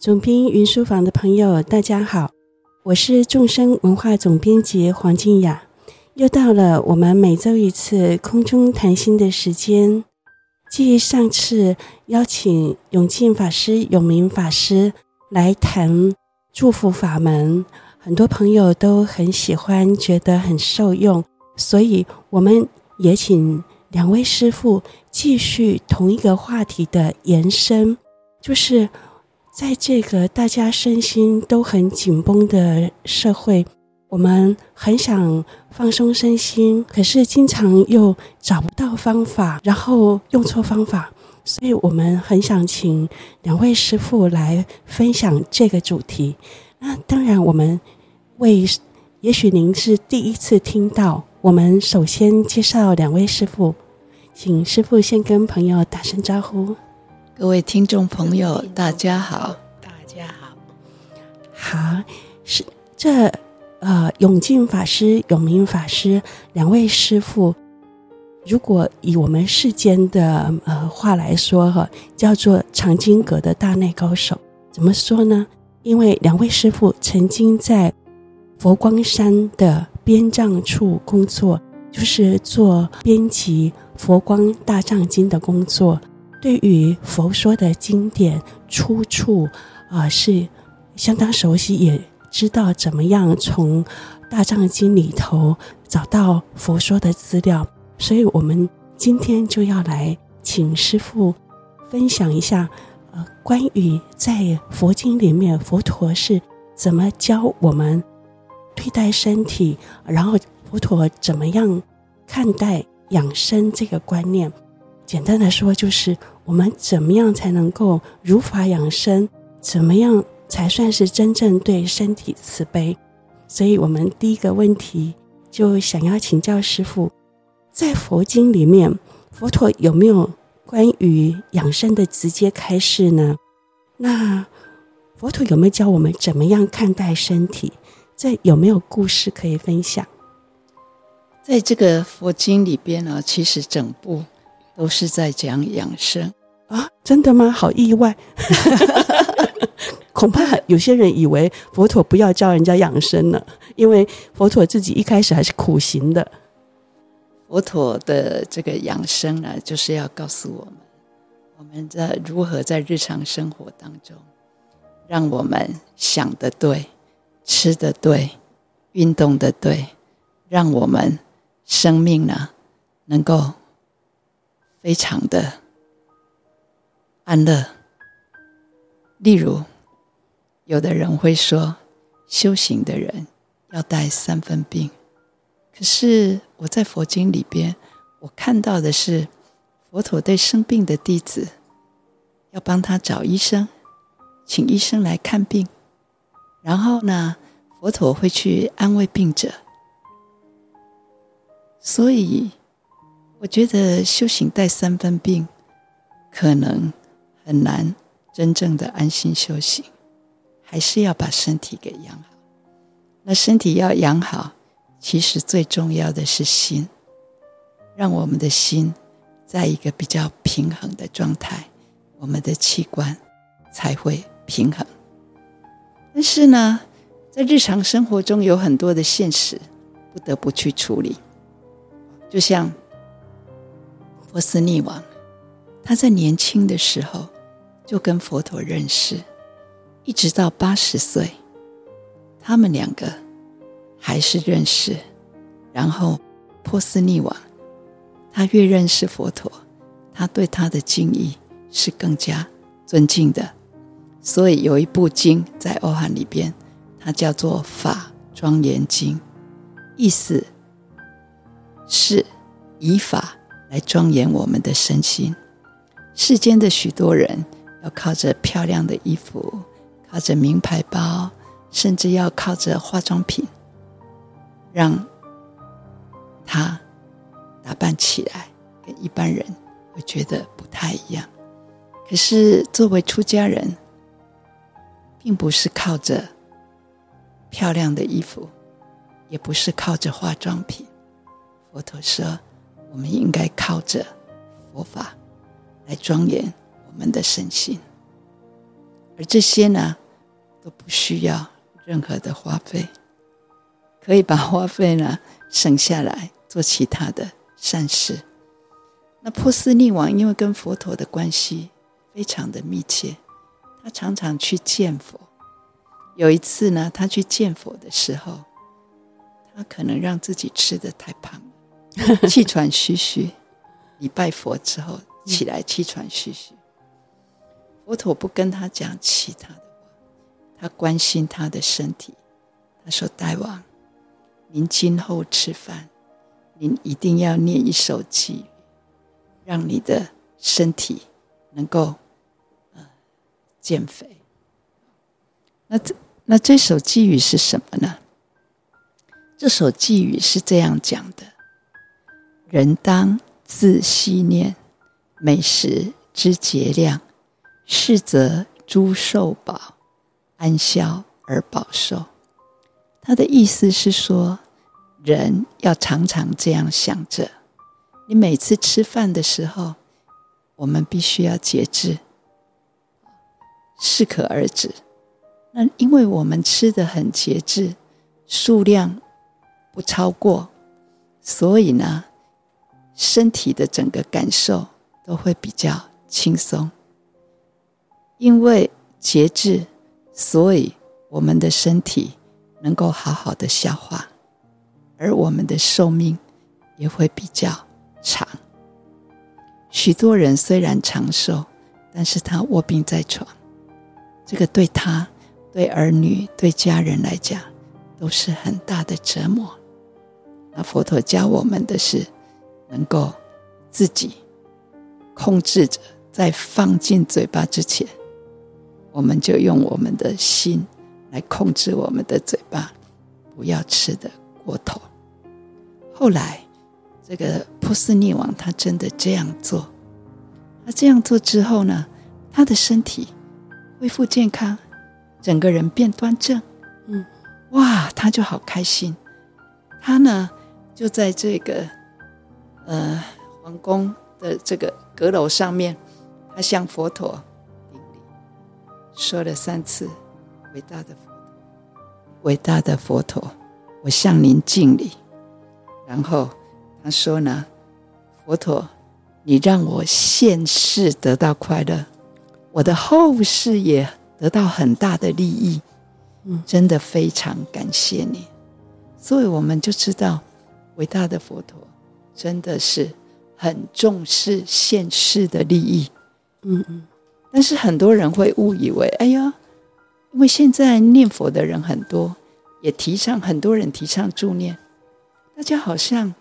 总编云书房的朋友大家好，我是众生文化总编辑黄静雅。又到了我们每周一次空中谈心的时间。继上次邀请永进法师、永明法师来谈祝福法门，很多朋友都很喜欢，觉得很受用，所以我们也请两位师父继续同一个话题的延伸，就是在这个大家身心都很紧绷的社会，我们很想放松身心，可是经常又找不到方法，然后用错方法，所以我们很想请两位师父来分享这个主题。那当然我们也许您是第一次听到，我们首先介绍两位师父，请师父先跟朋友打声招呼。 各位听众朋友大家好。 大家好。 好，是这永进法师、永明法师两位师父，如果以我们世间的话来说叫做藏经阁的大内高手。怎么说呢？因为两位师父曾经在佛光山的编藏处工作，就是做编辑佛光大藏经的工作，对于佛说的经典出处是相当熟悉，也知道怎么样从大藏经里头找到佛说的资料。所以我们今天就要来请师父分享一下关于在佛经里面佛陀是怎么教我们对待身体，然后佛陀怎么样看待养生这个观念。简单的说，就是我们怎么样才能够如法养生，怎么样才算是真正对身体慈悲。所以我们第一个问题就想要请教师父，在佛经里面佛陀有没有关于养生的直接开示呢？那佛陀有没有教我们怎么样看待身体？这有没有故事可以分享？ 在这个佛经里边呢，其实整部都是在讲养生啊，真的吗？好意外。恐怕有些人以为佛陀不要教人家养生了，因为佛陀自己一开始还是苦行的。 佛陀的这个养生呢，就是要告诉我们在如何在日常生活当中，让我们想得对，吃得对，运动得对，让我们生命呢能够非常的安乐。例如有的人会说修行的人要带3分病，可是我在佛经里边我看到的是佛陀对生病的弟子要帮他找医生，请医生来看病，然后呢佛陀会去安慰病者。所以我觉得修行带3分病可能很难真正的安心修行，还是要把身体给养好。那身体要养好，其实最重要的是心，让我们的心在一个比较平衡的状态，我们的器官才会平衡。但是呢，在日常生活中有很多的现实不得不去处理。就像波斯匿王，他在年轻的时候就跟佛陀认识，一直到80岁，他们2个还是认识。然后波斯匿王他越认识佛陀，他对他的敬意是更加尊敬的。所以有一部经在欧汉里边，它叫做法庄严经，意思是以法来庄严我们的身心。世间的许多人要靠着漂亮的衣服，靠着名牌包，甚至要靠着化妆品，让他打扮起来跟一般人会觉得不太一样。可是作为出家人，并不是靠着漂亮的衣服，也不是靠着化妆品。佛陀说，我们应该靠着佛法来庄严我们的身心。 而这些呢都不需要任何的花费，可以把花费呢省下来做其他的善事。那波斯匿王因为跟佛陀的关系非常的密切，他常常去见佛。有一次呢，他去见佛的时候，他可能让自己吃得太胖了，气喘吁吁。礼拜佛之后起来气喘吁吁，佛陀不跟他讲其他的话，他关心他的身体。他说：大王，您今后吃饭，您一定要念一首偈语，让你的身体能够减肥。那这首偈语是什么呢？这首偈语是这样讲的：人当自细念，美食之节量，是则诸受饱，安消而饱受。他的意思是说，人要常常这样想着，你每次吃饭的时候，我们必须要节制，适可而止。那因为我们吃得很节制，数量不超过，所以呢，身体的整个感受都会比较轻松。因为节制，所以我们的身体能够好好的消化，而我们的寿命也会比较长。许多人虽然长寿，但是他卧病在床，这个对他、对儿女、对家人来讲都是很大的折磨。那佛陀教我们的是能够自己控制着，在放进嘴巴之前，我们就用我们的心来控制我们的嘴巴，不要吃得过头。后来这个波斯匿王他真的这样做，他这样做之后呢，他的身体恢复健康，整个人变端正。哇，他就好开心。他呢就在这个皇宫的这个阁楼上面，他向佛陀顶礼，说了3次：伟大的佛陀，伟大的佛陀，我向您敬礼。然后他说呢，佛陀，你让我现世得到快乐，我的后世也得到很大的利益，真的非常感谢你。所以我们就知道，伟大的佛陀真的是很重视现世的利益。但是很多人会误以为，哎呀，因为现在念佛的人很多，也很多人提倡助念，大家好像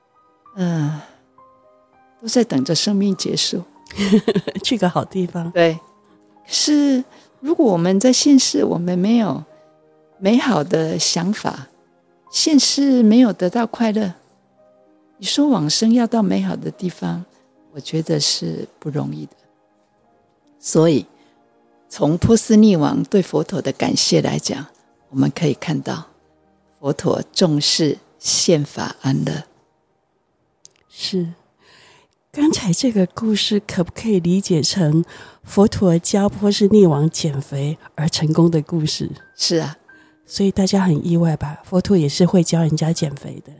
都在等着生命结束去个好地方。 对，可是如果我们在现世我们没有美好的想法，现世没有得到快乐，你说往生要到美好的地方，我觉得是不容易的。所以从波斯匿王对佛陀的感谢来讲，我们可以看到佛陀重视现法安乐。 是，刚才这个故事可不可以理解成佛陀教波斯匿王减肥而成功的故事？ 是啊， 所以大家很意外吧？佛陀也是会教人家减肥的。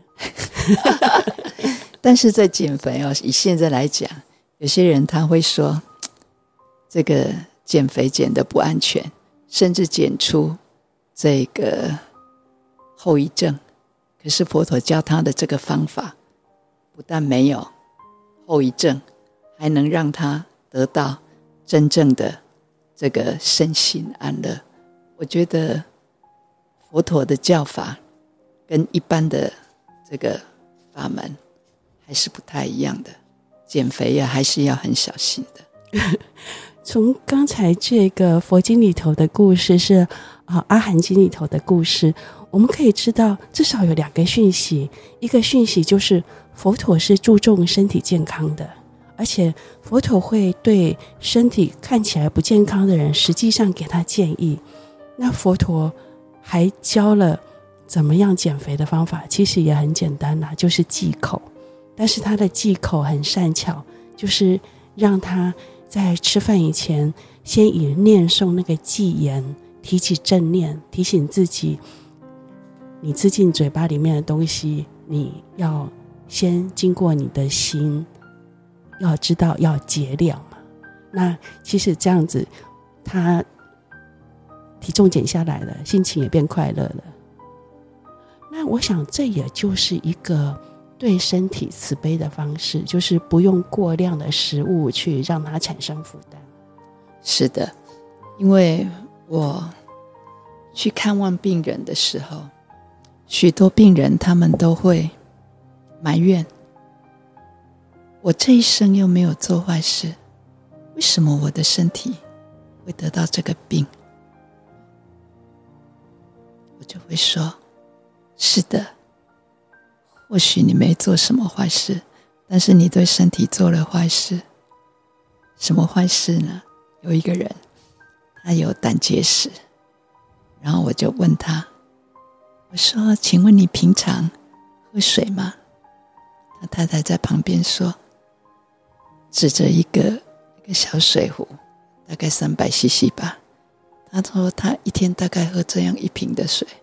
但是在减肥以现在来讲，有些人他会说这个减肥减得不安全，甚至减出这个后遗症。可是佛陀教他的这个方法不但没有后遗症，还能让他得到真正的这个身心安乐。我觉得佛陀的教法跟一般的这个法门还是不太一样的，减肥呀还是要很小心的。 从刚才这个佛经里头的故事是阿含经里头的故事，我们可以知道至少有2个讯息。一个讯息就是佛陀是注重身体健康的，而且佛陀会对身体看起来不健康的人实际上给他建议。那佛陀还教了怎么样减肥的方法，其实也很简单啦，就是忌口。但是他的忌口很善巧，就是让他在吃饭以前先以念诵那个偈言提起正念，提醒自己，你吃进嘴巴里面的东西，你要先经过你的心，要知道要节量嘛。那其实这样子，他体重减下来了，心情也变快乐了。那我想这也就是一个对身体慈悲的方式，就是不用过量的食物去让它产生负担。 是的，因为我去看望病人的时候，许多病人他们都会埋怨，我这一生又没有做坏事，为什么我的身体会得到这个病？我就会说，是的，或许你没做什么坏事，但是你对身体做了坏事。什么坏事呢？有一个人他有胆结石，然后我就问他，我说请问你平常喝水吗？他太太在旁边说，指着一个小水壶，大概300cc 吧，他说他一天大概喝这样1瓶的水。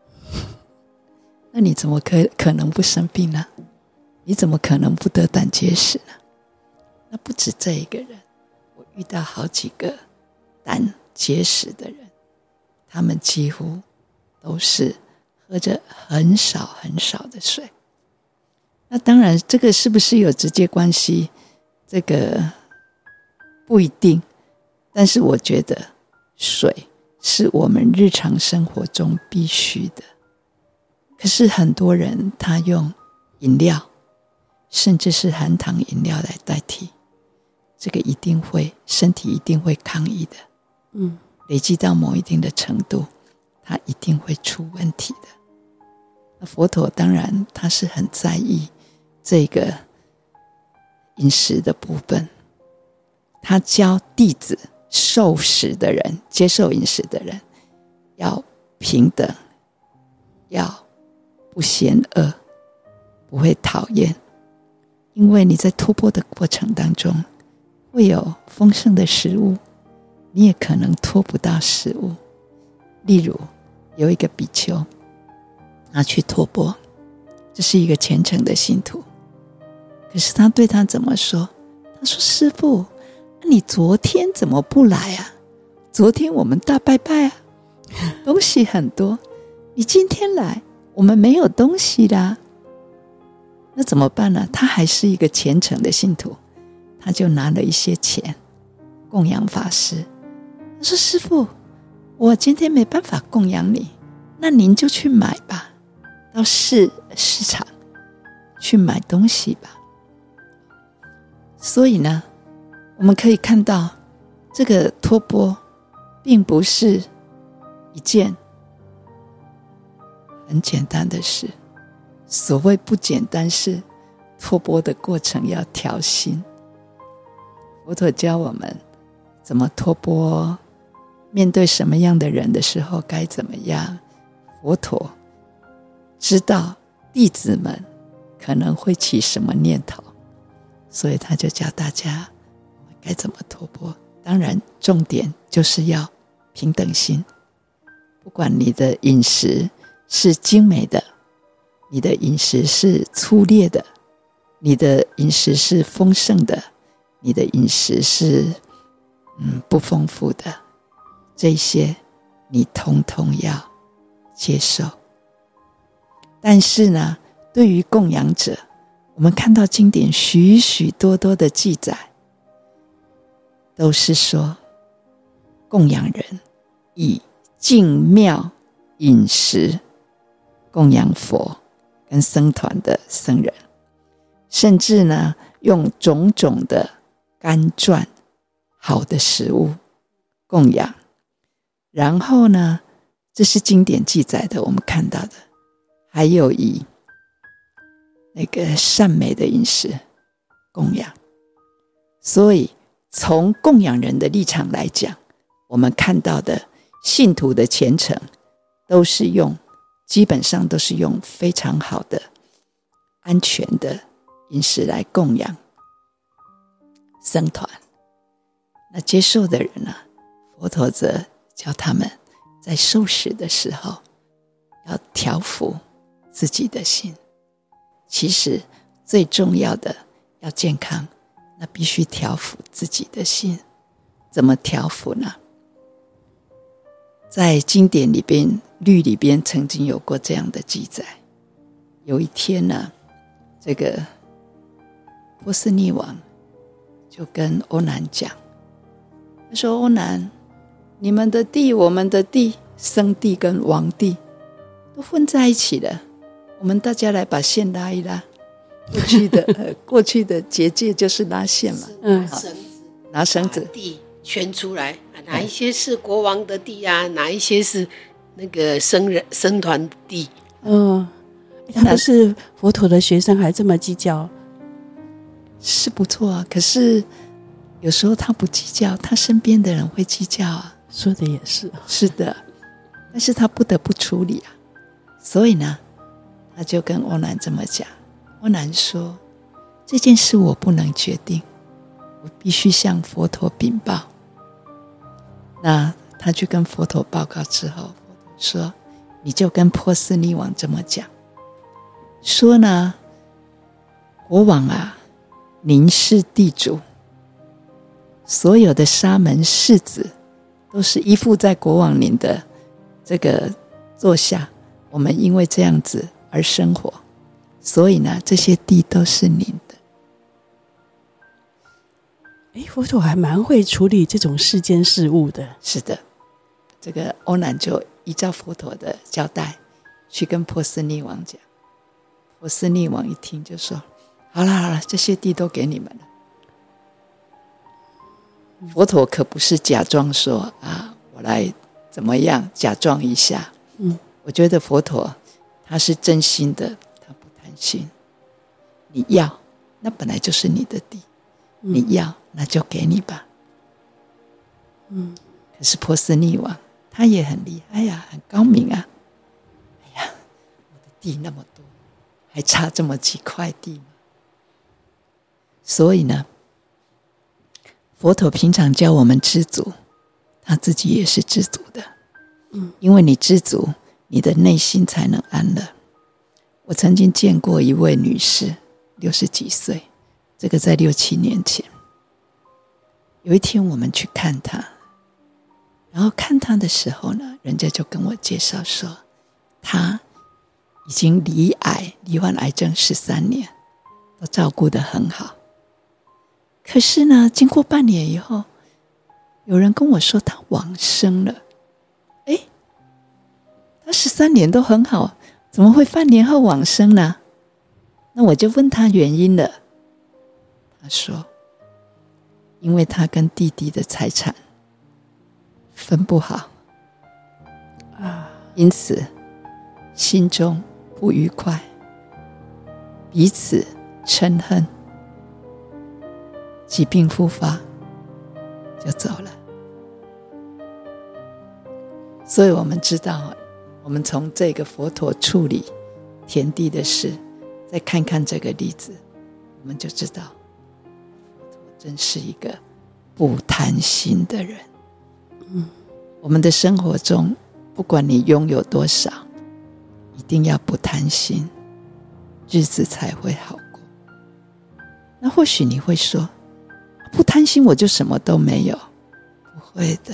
那你怎么可能不生病呢？你怎么可能不得胆结石呢？那不止这一个人，我遇到好几个胆结石的人，他们几乎都是喝着很少很少的水。那当然这个是不是有直接关系，这个不一定，但是我觉得水是我们日常生活中必须的。可是很多人他用饮料，甚至是含糖饮料来代替，这个身体一定会抗议的。累积到某一定的程度，它一定会出问题的。那佛陀当然他是很在意这个饮食的部分，他教弟子受食的人，接受饮食的人要平等，要不嫌恶，不会讨厌。因为你在托钵的过程当中会有丰盛的食物，你也可能托不到食物。例如有一个比丘，他去托钵，这是一个虔诚的信徒，可是他对他怎么说？他说，师父，你昨天怎么不来啊？昨天我们大拜拜啊，东西很多，你今天来我们没有东西啦。那怎么办呢？他还是一个虔诚的信徒，他就拿了一些钱供养法师。他说，师父，我今天没办法供养你，那您就去买吧，到市场去买东西吧。所以呢，我们可以看到这个托钵并不是一件很简单的事。所谓不简单，是托钵的过程要调心。佛陀教我们怎么托钵，面对什么样的人的时候该怎么样。佛陀知道弟子们可能会起什么念头，所以他就教大家该怎么托钵。当然重点就是要平等心，不管你的饮食是精美的，你的饮食是粗劣的，你的饮食是丰盛的，你的饮食是不丰富的，这些你通通要接受。但是呢，对于供养者，我们看到经典许许多多的记载，都是说供养人以净妙饮食供养佛跟僧团的僧人，甚至呢用种种的甘馔好的食物供养。然后呢，这是经典记载的，我们看到的，还有以那个善美的饮食供养。所以从供养人的立场来讲，我们看到的信徒的虔诚基本上都是用非常好的安全的饮食来供养僧团。那接受的人呢， 佛陀则教他们在受食的时候要调伏自己的心。其实最重要的要健康，那必须调伏自己的心。怎么调伏呢？在经典里边，律里边曾经有过这样的记载。有一天呢，这个波斯匿王就跟欧南讲，他说：欧南，你们的地我们的地，生地跟王地都混在一起了，我们大家来把线拉一拉。过去的结界就是拉线嘛，拿绳子把地圈出来，哪一些是国王的地啊，哪一些是那个僧团的地。 他不是佛陀的学生还这么计较， 是不错啊。可是有时候他不计较，他身边的人会计较啊。 说的也是， 是的，但是他不得不处理啊。所以呢，他就跟欧南这么讲。欧南说，这件事我不能决定，我必须向佛陀禀报。那他去跟佛陀报告之后，佛陀说，你就跟波斯匿王这么讲，说呢，国王啊，您是地主，所有的沙门士子都是依附在国王您的这个座下，我们因为这样子而生活，所以呢，这些地都是您的。 佛陀还蛮会处理这种世间事物的。 是的，这个欧南就依照佛陀的交代去跟波斯匿王讲。波斯匿王一听就说，好了好了，这些地都给你们了。佛陀可不是假装说啊，我来怎么样，假装一下。我觉得佛陀他是真心的，他不贪心。你要，那本来就是你的地，你要那就给你吧。可是波斯匿王他也很厉害呀，很高明啊。哎呀，我的地那么多，还差这么几块地吗？所以呢，佛陀平常教我们知足，他自己也是知足的。因为你知足，你的内心才能安乐。我曾经见过一位女士，60几岁，这个在6、7年前。有一天我们去看她，然后看她的时候呢，人家就跟我介绍说，她已经罹患癌症13年，都照顾得很好。可是呢，经过半年以后，有人跟我说她往生了。她13年都很好，怎么会半年后往生呢？那我就问她原因了。她说，因为她跟弟弟的财产分不好因此心中不愉快，彼此嗔恨，疾病复发，就走了。所以我们知道，我们从这个佛陀处理田地的事，再看看这个例子，我们就知道佛陀真是一个不贪心的人。我们的生活中，不管你拥有多少，一定要不贪心，日子才会好过。那或许你会说，不贪心我就什么都没有。不会的，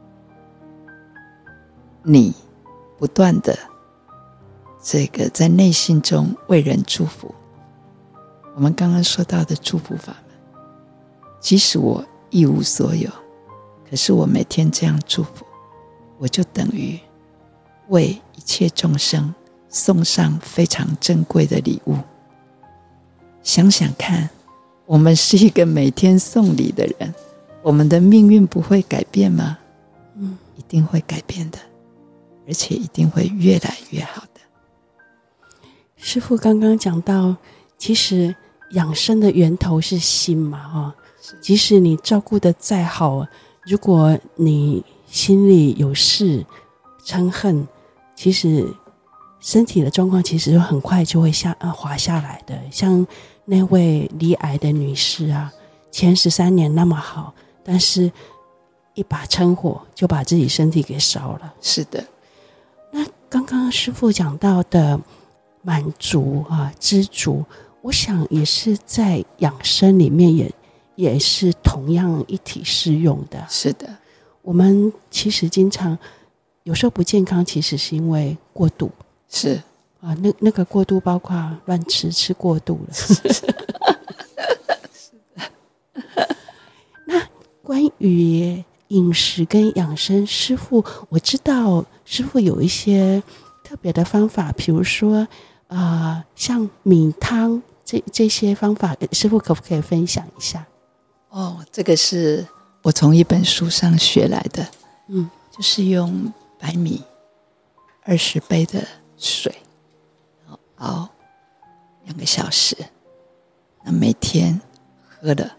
你不断的这个在内心中为人祝福。我们刚刚说到的祝福法门，即使我一无所有，可是我每天这样祝福，我就等于为一切众生送上非常珍贵的礼物。想想看，我们是一个每天送礼的人，我们的命运不会改变吗？一定会改变的，而且一定会越来越好的。 师父刚刚讲到，其实养生的源头是心嘛，即使你照顾得再好，如果你心里有事嗔恨，其实身体的状况其实很快就会滑下来的。像那位罹癌的女士啊，前13年那么好，但是一把嗔火就把自己身体给烧了。 是的。 那刚刚师父讲到的满足啊、知足，我想也是在养生里面也是同样一体适用的。 是的， 我们其实经常有时候不健康，其实是因为过度。 是啊，那个过度包括乱吃过度了。那关于饮食跟养生，师父我知道师父有一些特别的方法，比如说像米汤这些方法，师父可不可以分享一下？ 这个是我从一本书上学来的，就是用白米20杯的水，然后熬2个小时，那每天喝了，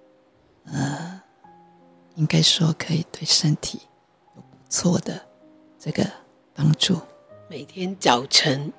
应该说可以对身体有不错的这个帮助。 每天早晨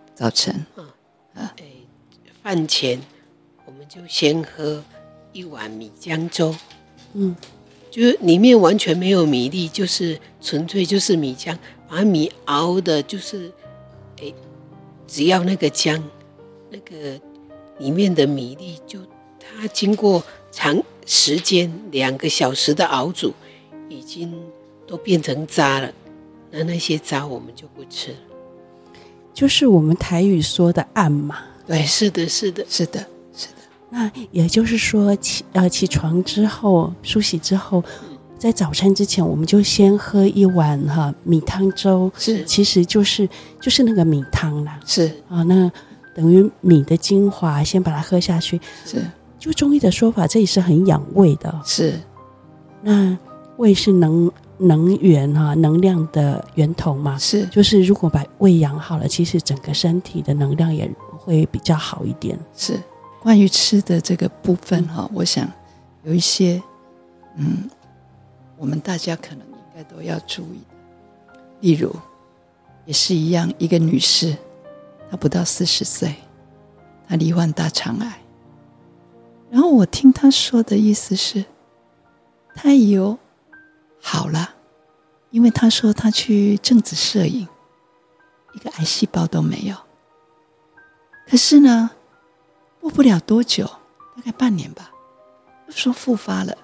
饭前我们就先喝1碗米浆粥，就是里面完全没有米粒，就是纯粹就是米浆，把米熬的就是只要那个浆那个里面的米粒就它经过长时间2个小时的熬煮，已经都变成渣了，那些渣我们就不吃了， 就是我们台语说的按嘛。 对， 是的是的是的是的。 那也就是说起床之后梳洗之后，在早餐之前我们就先喝1碗米汤粥， 是其实就是那个米汤啦， 是那等于米的精华先把它喝下去。 是， 就中医的说法，这也是很养胃的。 是， 那胃是能源能量的源头嘛， 是， 就是如果把胃养好了，其实整个身体的能量也会比较好一点。 是。关于吃的这个部分我想有一些我们大家可能应该都要注意的，例如也是一样，一个女士她不到40岁，她罹患大肠癌，然后我听她说的意思是她有好了，因为她说她去正子摄影，一个癌细胞都没有，可是呢过不了多久，大概半年吧，又说复发了。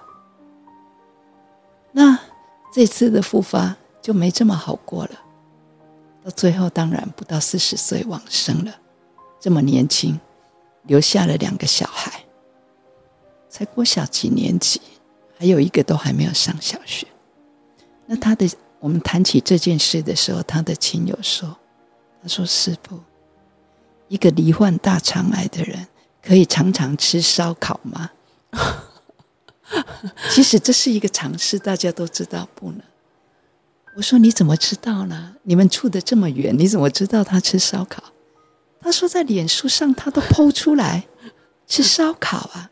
那这次的复发就没这么好过了，到最后当然不到40岁往生了，这么年轻，留下了2个小孩，才国小几年级，还有一个都还没有上小学。那我们谈起这件事的时候，他的亲友说，他说师父，一个罹患大肠癌的人可以常常吃烧烤吗？其实这是一个常识，大家都知道不能。我说你怎么知道呢？你们住得这么远，你怎么知道他吃烧烤？他说在脸书上他都 po 出来吃烧烤啊。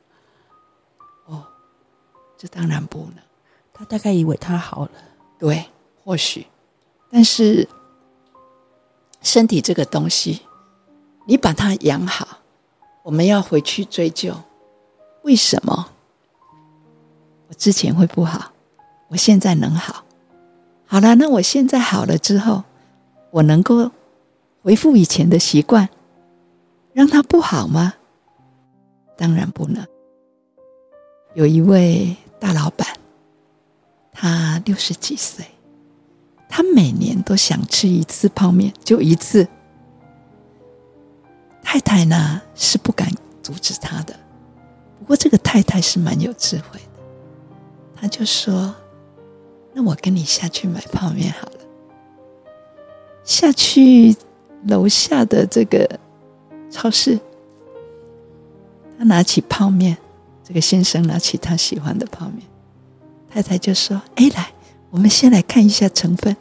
这当然不能。 他大概以为他好了。 对，或许。但是身体这个东西，你把它养好，我们要回去追究为什么我之前会不好，我现在能好。好了，那我现在好了之后，我能够恢复以前的习惯，让它不好吗？当然不能。有一位大老板，他60几岁，他每年都想吃1次泡面，就1次。太太呢是不敢阻止他的，不过这个太太是蛮有智慧的，他就说，那我跟你下去买泡面好了。下去楼下的这个超市，他拿起泡面，这个先生拿起他喜欢的泡面，太太就说，来，我们先来看一下成分。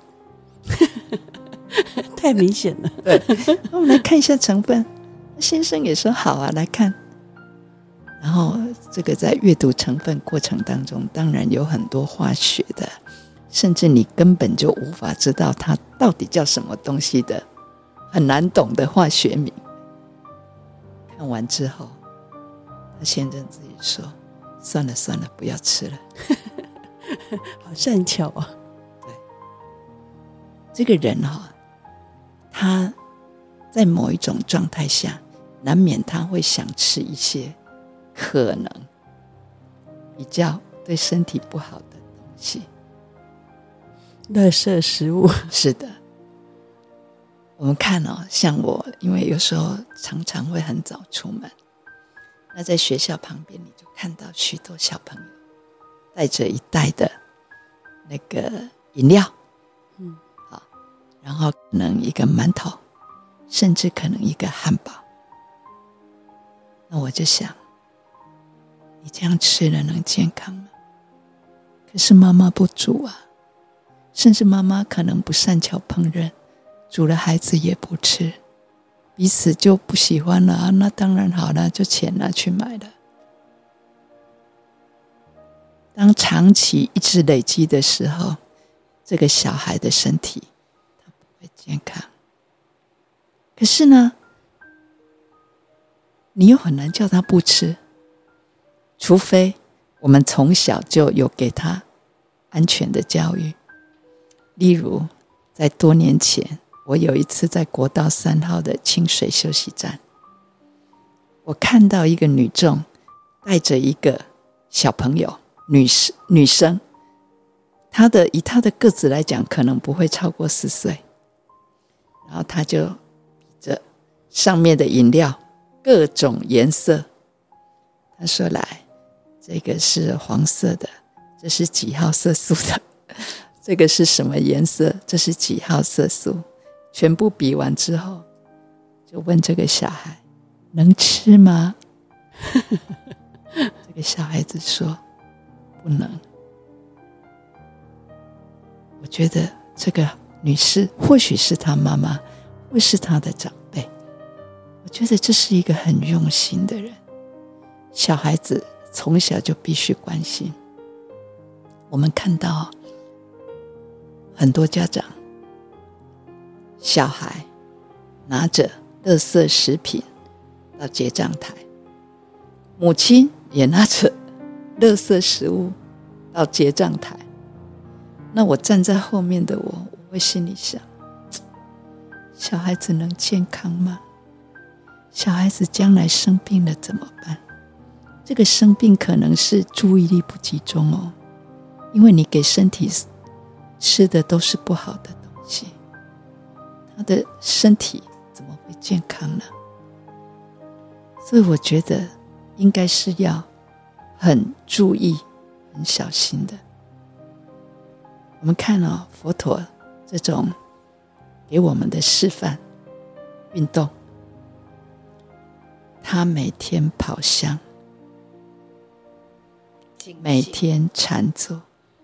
太明显了。 对，我们来看一下成分。先生也说好啊，来看。然后这个在阅读成分过程当中，当然有很多化学的，甚至你根本就无法知道它到底叫什么东西的很难懂的化学名。看完之后，他先生自己说，算了算了，不要吃了。 好善巧啊！ 对，这个人他在某一种状态下，难免他会想吃一些可能比较对身体不好的东西， 垃圾食物。 是的，我们看像我，因为有时候常常会很早出门，那在学校旁边你就看到许多小朋友带着一袋的那个饮料，然后可能一个馒头，甚至可能一个汉堡。那我就想，你这样吃了能健康吗？可是妈妈不煮啊，甚至妈妈可能不善巧烹饪，煮了孩子也不吃，彼此就不喜欢了啊，那当然好了，就钱拿去买了。当长期一直累积的时候，这个小孩的身体他不会健康。可是呢，你又很难叫他不吃，除非我们从小就有给他安全的教育。例如在多年前，我有一次在国道3号的清水休息站，我看到一个女众带着一个小朋友，女生，以她的个子来讲可能不会超过10岁，然后她就比着上面的饮料各种颜色，她说来，这个是黄色的，这是几号色素的，这个是什么颜色，这是几号色素，全部比完之后就问这个小孩能吃吗？这个小孩子说不能。我觉得这个女士或许是她妈妈，或是她的长辈，我觉得这是一个很用心的人。小孩子从小就必须关心。我们看到很多家长，小孩拿着垃圾食品到结账台，母亲也拿着垃圾食物到结账台。那我站在后面的我会心里想，小孩子能健康吗？小孩子将来生病了怎么办？这个生病可能是注意力不集中因为你给身体吃的都是不好的东西，他的身体怎么会健康呢？所以我觉得应该是要很注意、很小心的。我们看佛陀这种给我们的示范运动，他每天跑香，每天禅坐。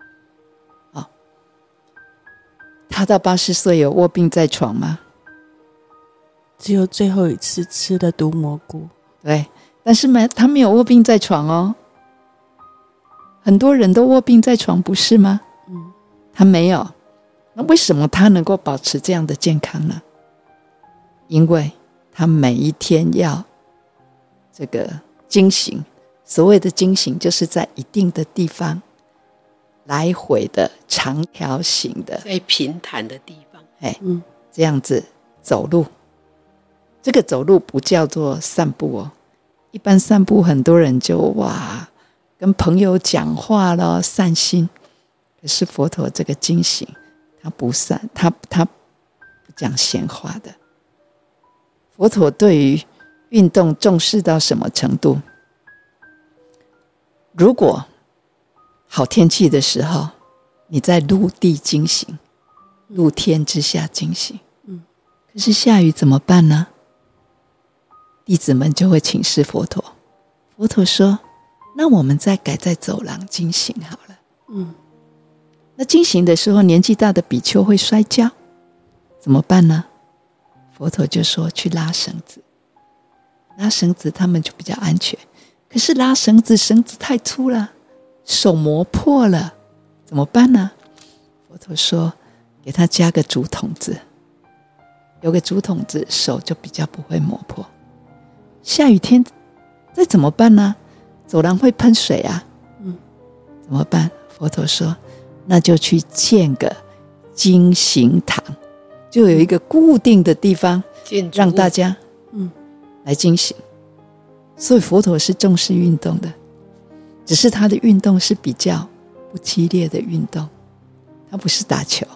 他到80岁有卧病在床吗？ 只有最后一次吃的毒蘑菇。 对，但是他没有卧病在床很多人都卧病在床，不是吗？他没有。那为什么他能够保持这样的健康呢？因为他每一天要这个经行，所谓的经行就是在一定的地方来回的长条形的， 在平坦的地方这样子走路。这个走路不叫做散步一般散步很多人就跟朋友讲话了，散心。可是佛陀这个经行他不散，他不讲闲话的。佛陀对于运动重视到什么程度？如果好天气的时候，你在陆地经行，露天之下经行，可是下雨怎么办呢？弟子们就会请示佛陀，佛陀说，那我们再改在走廊经行好了。那经行的时候，年纪大的比丘会摔跤，怎么办呢？佛陀就说去拉绳子，拉绳子他们就比较安全。可是拉绳子太粗了，手磨破了，怎么办呢？佛陀说给他加个竹筒子，有个竹筒子手就比较不会磨破。下雨天再怎么办呢？走廊会喷水怎么办？ 佛陀说，那就去建个经行堂，就有一个固定的地方让大家来经行。所以佛陀是重视运动的，只是他的运动是比较不激烈的运动，他不是打球。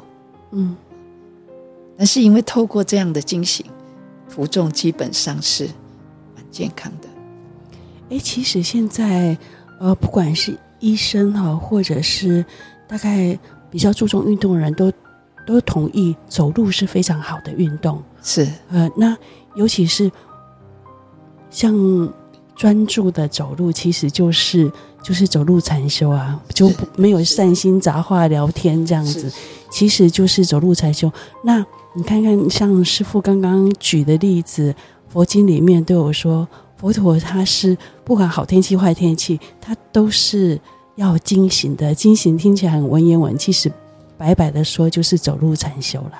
但是因为透过这样的经行，徒众基本上是蛮健康的。 其实现在不管是医生或者是大概比较注重运动的人都同意走路是非常好的运动。 是那尤其是像专注的走路，其实就是走路禅修啊，就没有善心杂话聊天这样子，其实就是走路禅修。那你看看像师父刚刚举的例子，佛经里面都有说，佛陀他是不管好天气坏天气，他都是要经行的。经行听起来很文言文，其实白白的说就是走路禅修啦。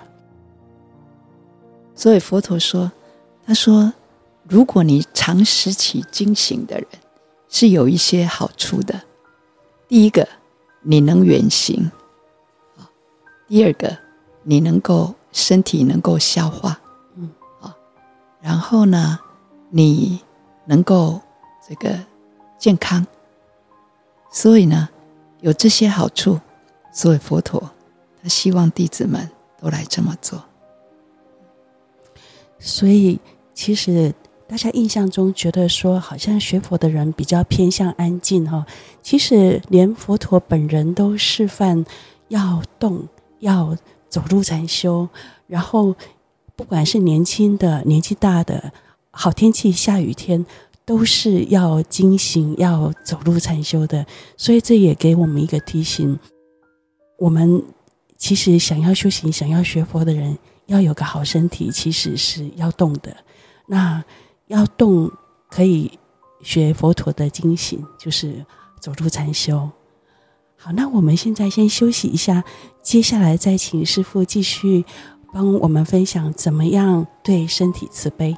所以佛陀说，他说如果你常时起经行的人是有一些好处的。第一个，你能远行；第二个，你能够身体能够消化，然后呢，你能够这个健康。所以呢，有这些好处，所以佛陀他希望弟子们都来这么做。 所以其实大家印象中觉得说好像学佛的人比较偏向安静，其实连佛陀本人都示范要动，要走路禅修，然后不管是年轻的年纪大的，好天气下雨天都是要经行，要走路禅修的。所以这也给我们一个提醒，我们其实想要修行想要学佛的人要有个好身体，其实是要动的。那要动可以学佛陀的经行，就是走路禅修。好，那我们现在先休息一下，接下来再请师父继续帮我们分享怎么样对身体慈悲。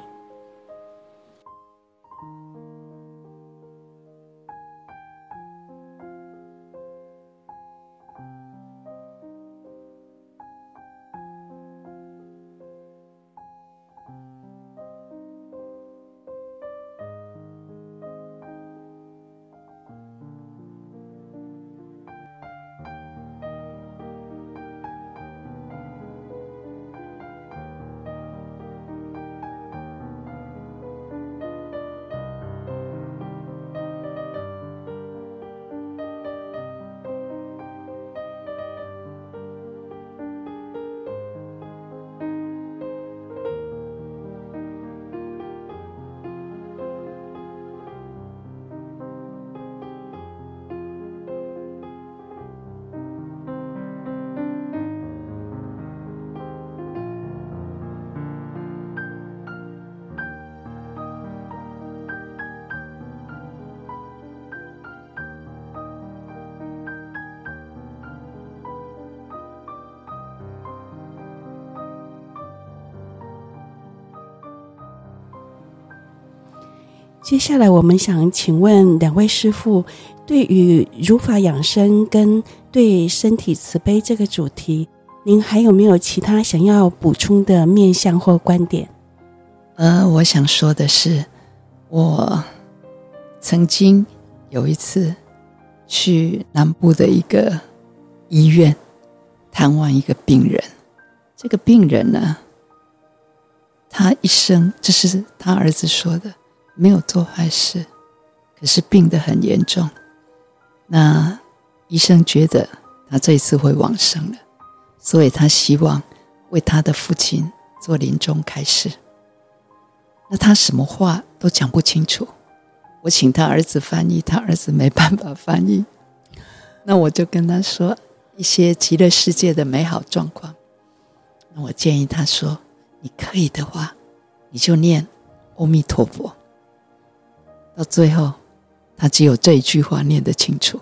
接下来我们想请问两位师父，对于如法养生跟对身体慈悲这个主题，您还有没有其他想要补充的面向或观点？ 我想说的是，我曾经有一次去南部的一个医院探望一个病人。这个病人呢，他一生，这是他儿子说的，没有做坏事，可是病得很严重。那医生觉得他这一次会往生了，所以他希望为他的父亲做临终开示。那他什么话都讲不清楚，我请他儿子翻译，他儿子没办法翻译。那我就跟他说一些极乐世界的美好状况。那我建议他说，你可以的话，你就念阿弥陀佛。到最后他只有这一句话念得清楚。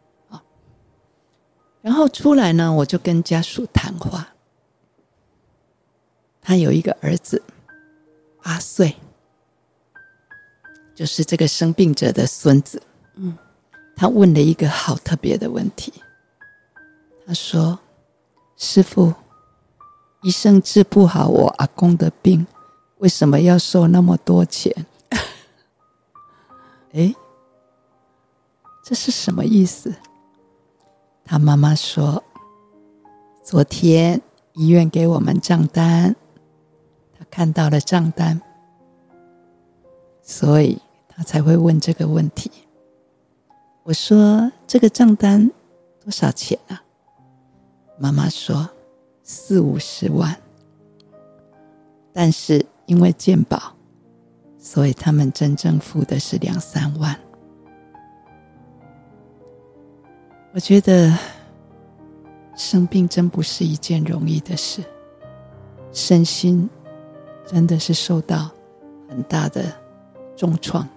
然后出来呢，我就跟家属谈话。他有一个儿子8岁，就是这个生病者的孙子。他问了一个好特别的问题。 他说：师父，医生治不好我阿公的病，为什么要收那么多钱？这是什么意思？他妈妈说，昨天医院给我们账单，他看到了账单，所以他才会问这个问题。我说，这个账单多少钱啊？妈妈说40-50万，但是因为健保，所以他们真正付的是2-3万。我觉得生病真不是一件容易的事，身心真的是受到很大的重创。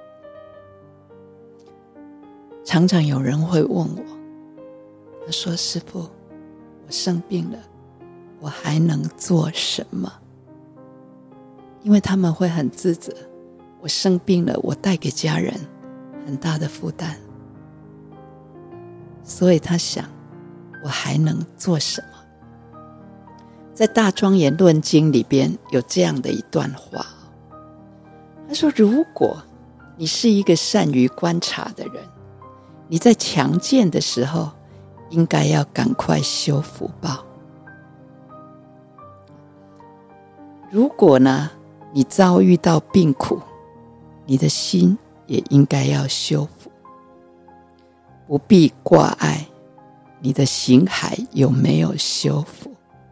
常常有人会问我，他说：师父，我生病了，我还能做什么？因为他们会很自责，我生病了，我带给家人很大的负担，所以他想，我还能做什么？在大庄严论经里边有这样的一段话，他说，如果你是一个善于观察的人，你在强健的时候应该要赶快修福报。如果呢，你遭遇到病苦，你的心也应该要修福，不必挂碍你的形骸有没有修福。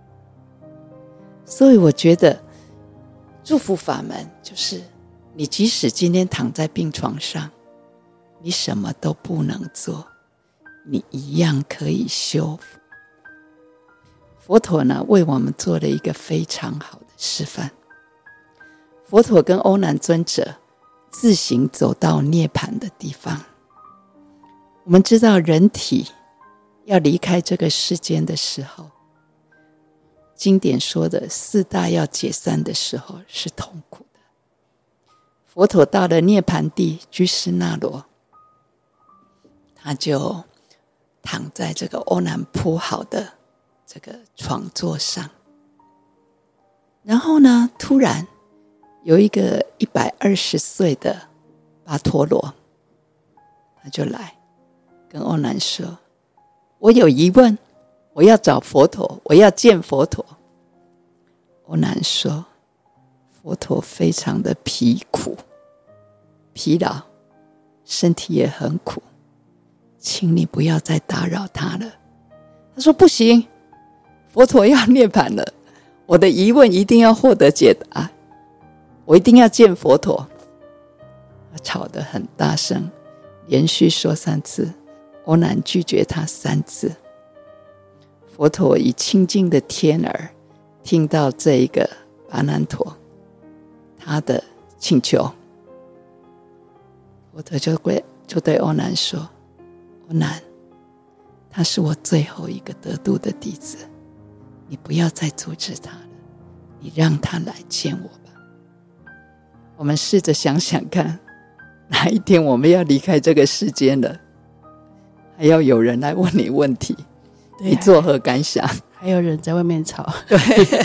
所以我觉得祝福法门就是你即使今天躺在病床上，你什么都不能做，你一样可以修福。佛陀呢，为我们做了一个非常好的示范。佛陀跟欧南尊者自行走到涅槃的地方。我们知道人体要离开这个世间的时候，经典说的4大要解散的时候是痛苦的。佛陀到了涅槃地居士那罗，他就躺在这个欧南铺好的这个床座上，然后呢，突然有一个120岁的巴陀罗，他就来跟欧南说，我有疑问，我要找佛陀，我要见佛陀。欧南说，佛陀非常的疲劳，身体也很苦，请你不要再打扰他了。他说，不行，佛陀要涅槃了，我的疑问一定要获得解答，我一定要见佛陀。他吵得很大声，连续说3次，欧南拒绝他3次。佛陀以清净的天耳听到这一个巴难陀他的请求，佛陀就对欧南说，欧南，他是我最后一个得度的弟子，你不要再阻止他了，你让他来见我吧。我们试着想想看，哪一天我们要离开这个世间了，还要有人来问你问题，你作何感想？ 还有人在外面吵。 对，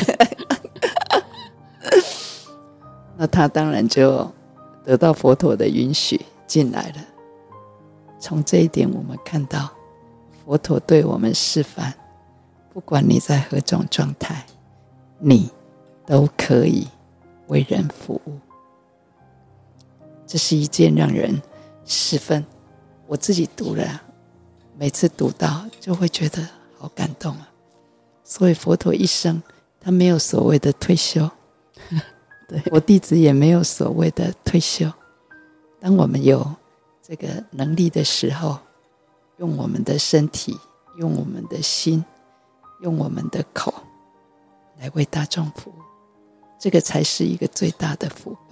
那他当然就得到佛陀的允许进来了。从这一点我们看到佛陀对我们示范，不管你在何种状态，你都可以为人服务。这是一件让人十分，我自己读了，每次读到就会觉得好感动啊。所以佛陀一生他没有所谓的退休， 对， 我弟子也没有所谓的退休。当我们有这个能力的时候，用我们的身体，用我们的心，用我们的口来为大众服务，这个才是一个最大的福报。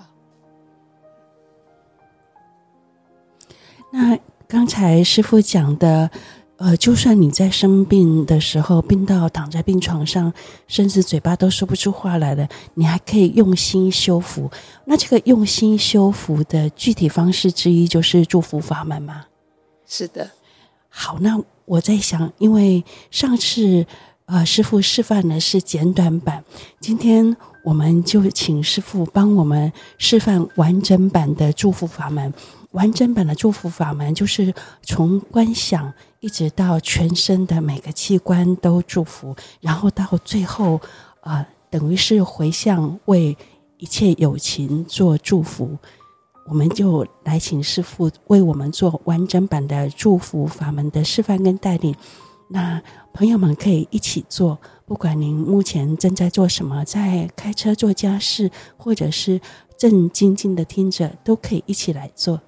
那刚才师父讲的就算你在生病的时候，病到躺在病床上，甚至嘴巴都说不出话来了，你还可以用心修福。那这个用心修福的具体方式之一就是祝福法门吗？ 是的。 好，那我在想，因为上次师父示范的是简短版，今天我们就请师父帮我们示范完整版的祝福法门。完整版的祝福法门就是从观想一直到全身的每个器官都祝福，然后到最后等于是回向为一切有情做祝福。我们就来请师父为我们做完整版的祝福法门的示范跟带领。那朋友们可以一起做，不管您目前正在做什么，在开车做家事，或者是正静静的听着，都可以一起来做。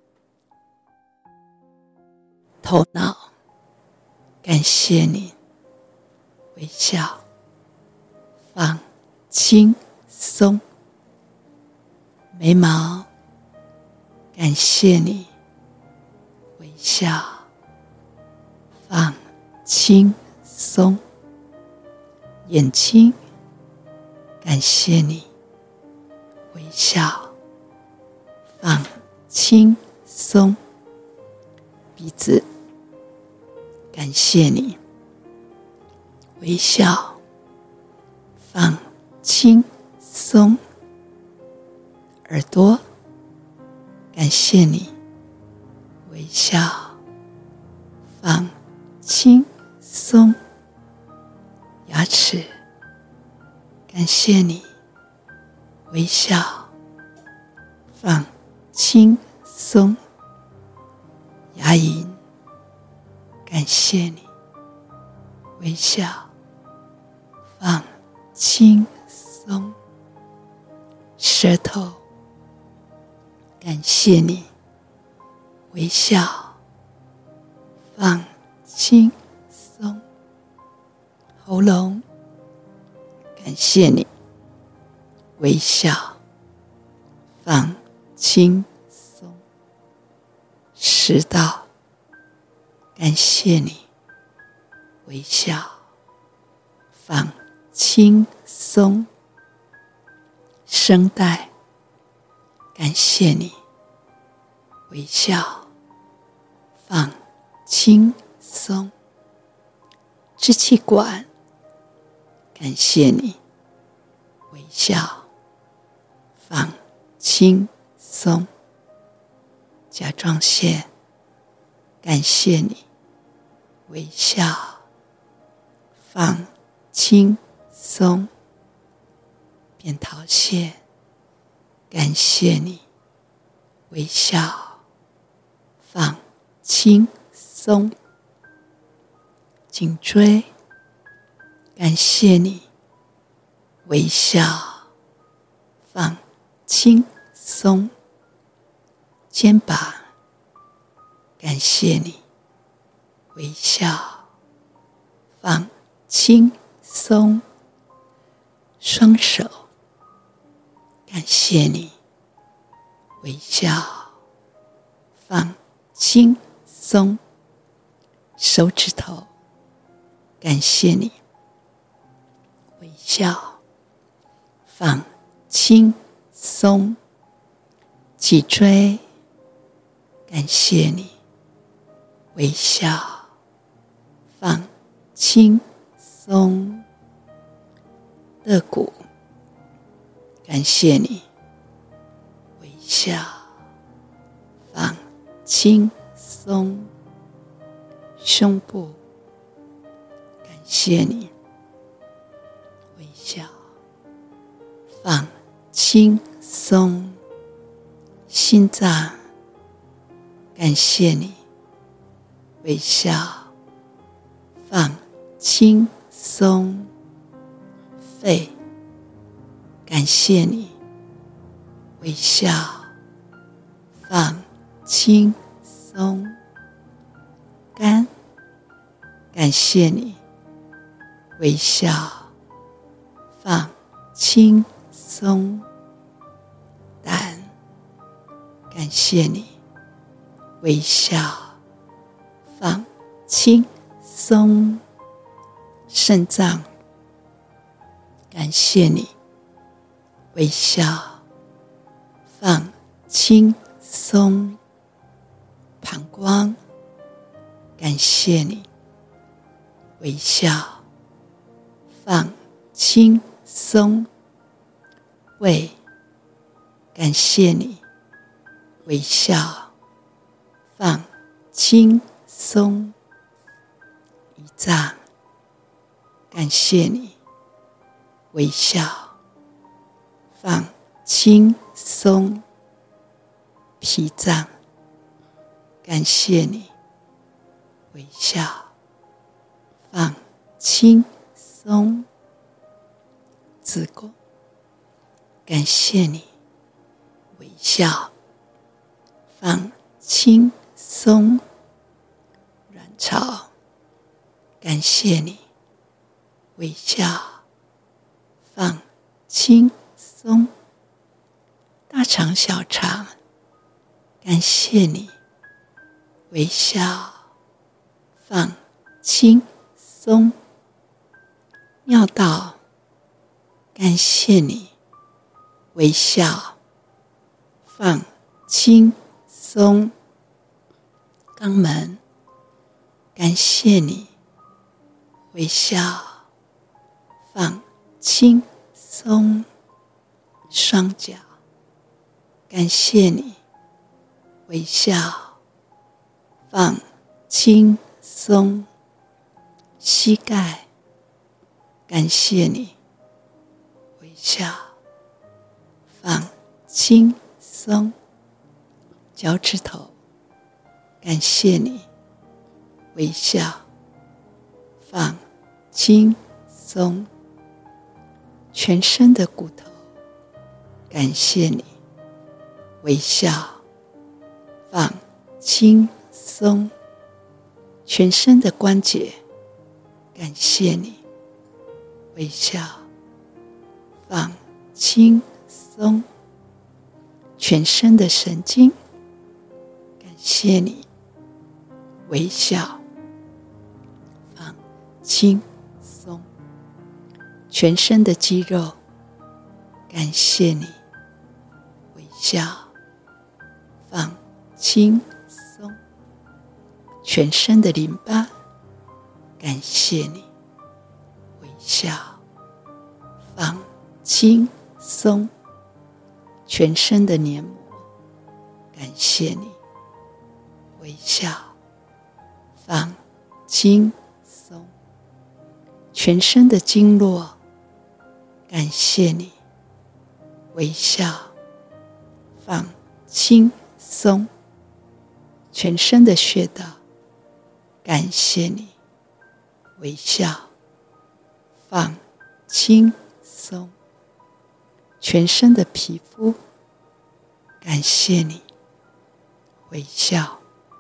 头脑，感谢你，微笑，放轻松。眉毛，感谢你，微笑，放轻松。眼睛，感谢你，微笑，放轻松。鼻子，感谢你，微笑，放轻松。耳朵，感谢你，微笑，放轻松。牙齿，感谢你，微笑，放轻松。牙龈，感谢你，微笑，放轻松。舌头，感谢你，微笑，放轻松。喉咙，感谢你，微笑，放轻松。食道，感谢你，微笑，放轻松。声带，感谢你，微笑，放轻松。支气管，感谢你，微笑，放轻松。甲状腺，感谢你，微笑，放轻松。扁桃腺，感谢你，微笑，放轻松。颈椎，感谢你，微笑，放轻松。肩膀，感谢你，微笑，放轻松。双手，感谢你，微笑，放轻松。手指头，感谢你，微笑，放轻松。脊椎，感谢你，微笑，放轻松。肋骨，感谢你，微笑，放轻松。胸部，感谢你，微笑，放轻松。心脏，感谢你，微笑，放轻松。肺，感谢你，微笑，放轻松。肝，感谢你，微笑，放轻松。胆，感谢你，微笑，放轻松。肾脏，感谢你，微笑，放轻松。膀胱，感谢你， 微笑，放轻松。胃，感谢你，微笑，放轻松。胰脏，感谢你，微笑，放轻松。脾脏，感谢你，微笑，放轻松。子宫，感谢你，微笑，放轻松。卵巢，感谢你，微笑，放轻松。大肠小肠，感谢你，微笑，放轻松。尿道，感谢你，微笑，放轻松。肛门，感谢你，微笑，放轻松。双脚，感谢你，微笑，放轻松。膝盖，感谢你，微笑，放轻松。脚趾头，感谢你，微笑，放轻松。全身的骨头，感谢你，微笑，放轻松。全身的关节，感谢你，微笑，放轻松。全身的神经，感谢你，微笑，放轻松。全身的肌肉，感谢你，微笑，放轻松。全身的淋巴，感谢你，微笑，放轻松。全身的黏膜，感谢你，微笑，放轻松。全身的经络，感谢你，微笑，放轻松。全身的穴道，感谢你，微笑，放轻松。全身的皮肤，感谢你，微笑，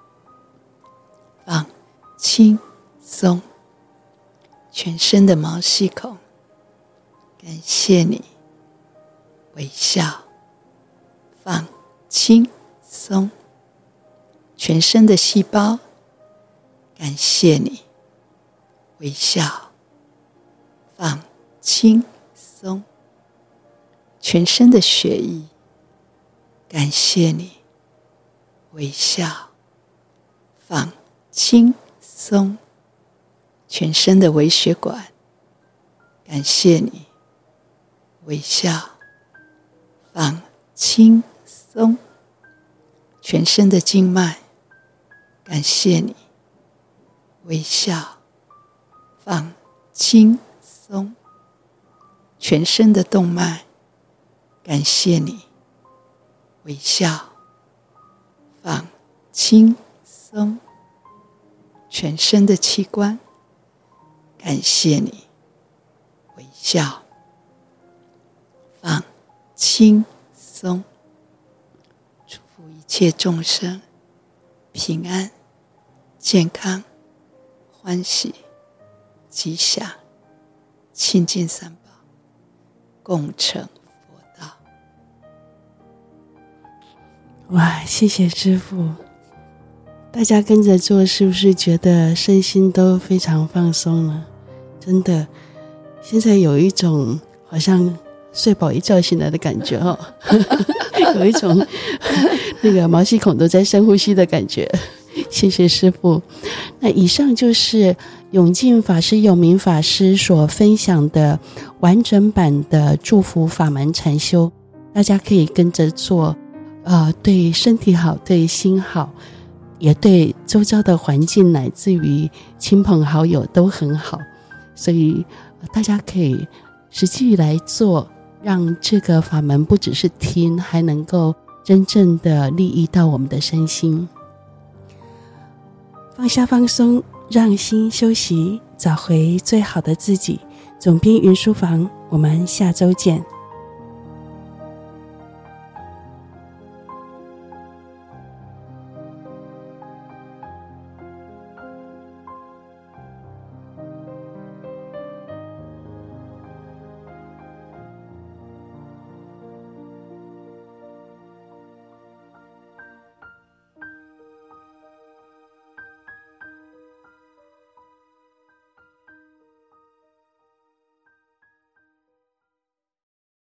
放轻松。全身的毛细孔，感谢你，微笑，放轻松。全身的细胞，感谢你，微笑，放轻松。全身的血液，感谢你，微笑，放轻松。全身的微血管，感谢你，微笑，放轻松。全身的经脉，感谢你，微笑，放轻松。全身的动脉，感谢你，微笑，放轻松。全身的器官，感谢你，微笑，放轻松。祝福一切众生平安、健康、欢喜、吉祥，亲近三宝，共成佛道。 哇，谢谢师父。大家跟着做，是不是觉得身心都非常放松了？真的，现在有一种好像睡饱一觉醒来的感觉哦，有一种那个毛细孔都在深呼吸的感觉。谢谢师父。那以上就是永进法师、永明法师所分享的完整版的祝福法门禅修，大家可以跟着做，对身体好，对心好，也对周遭的环境乃至于亲朋好友都很好，所以大家可以实际来做，让这个法门不只是听，还能够真正的利益到我们的身心。放下放松，让心休息，找回最好的自己。总编云书房，我们下周见。